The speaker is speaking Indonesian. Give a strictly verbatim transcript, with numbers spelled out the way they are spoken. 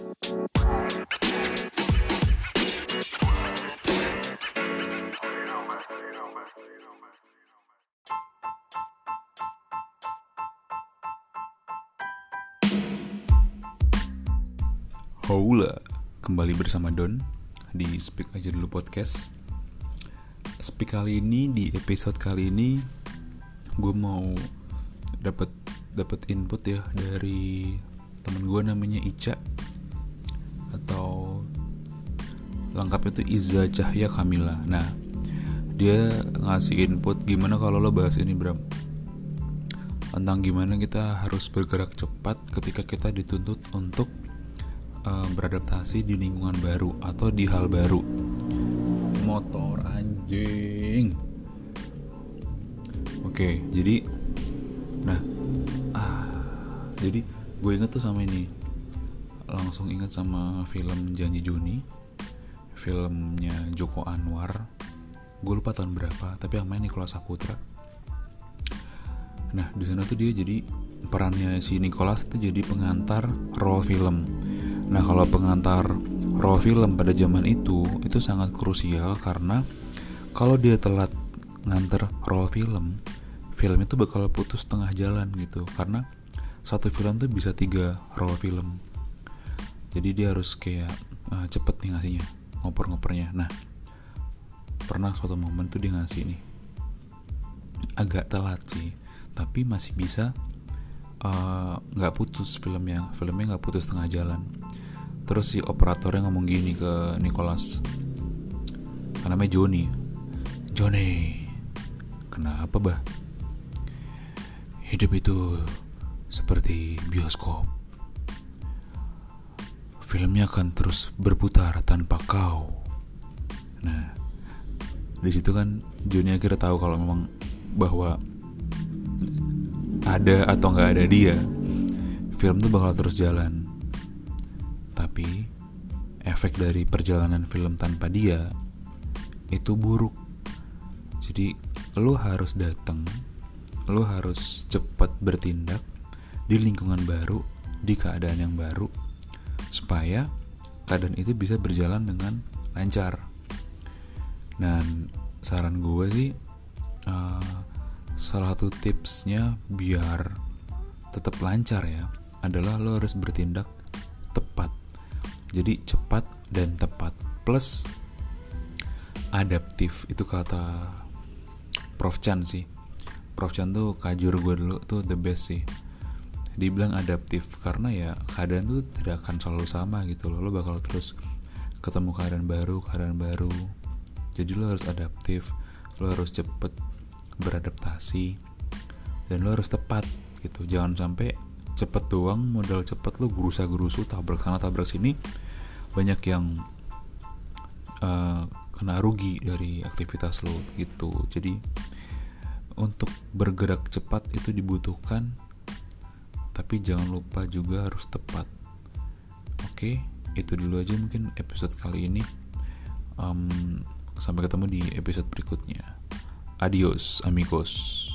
Hola, kembali bersama Don di Speak Aja Dulu Podcast. Speak kali ini, di episode kali ini gue mau dapat dapat input ya dari temen gue namanya Ica, atau lengkapnya itu Iza Cahya Kamila. Nah, dia ngasih input gimana kalau lo bahas ini, Bram, tentang gimana kita harus bergerak cepat ketika kita dituntut untuk uh, beradaptasi di lingkungan baru atau di hal baru. Motor anjing. Oke, jadi nah ah, jadi gue inget tuh sama ini, langsung inget sama film Janji Joni, filmnya Joko Anwar. Gue lupa tahun berapa, tapi yang main Nicholas Saputra. Nah, di sana tuh dia jadi perannya si Nicholas itu jadi pengantar roll film. Nah, kalau pengantar roll film pada zaman itu itu sangat krusial, karena kalau dia telat nganter roll film, film itu bakal putus tengah jalan gitu. Karena satu film tuh bisa tiga roll film. Jadi dia harus kayak uh, cepet nih ngasihnya, ngoper-ngopernya. Nah, pernah suatu momen tuh dia ngasih nih agak telat sih, tapi masih bisa nggak uh, putus filmnya filmnya nggak putus tengah jalan. Terus si operatornya ngomong gini ke Nicholas, namanya Johnny. Johnny, kenapa bah? Hidup itu seperti bioskop, filmnya akan terus berputar tanpa kau. Nah, di situ kan Johnny akhirnya tahu kalau memang bahwa ada atau nggak ada dia, film tuh bakal terus jalan. Tapi efek dari perjalanan film tanpa dia itu buruk. Jadi lo harus datang, lo harus cepat bertindak di lingkungan baru, di keadaan yang baru, supaya keadaan itu bisa berjalan dengan lancar. Dan saran gue sih, uh, salah satu tipsnya biar tetap lancar ya adalah lo harus bertindak tepat. Jadi cepat dan tepat plus adaptif. Itu kata Prof Chan sih. Prof Chan tuh kajur gue dulu tuh the best sih. Dibilang adaptif karena ya keadaan tuh tidak akan selalu sama gitu loh. Lo bakal terus ketemu keadaan baru, keadaan baru. Jadi lo harus adaptif, lo harus cepet beradaptasi, dan lo harus tepat gitu. Jangan sampai cepet doang, modal cepet lo gerusa-gerusu, tabrak sana tabrak sini, banyak yang uh, kena rugi dari aktivitas lo gitu. Jadi untuk bergerak cepat itu dibutuhkan, tapi jangan lupa juga harus tepat. Oke, itu dulu aja mungkin episode kali ini. um, Sampai ketemu di episode berikutnya. Adios amigos.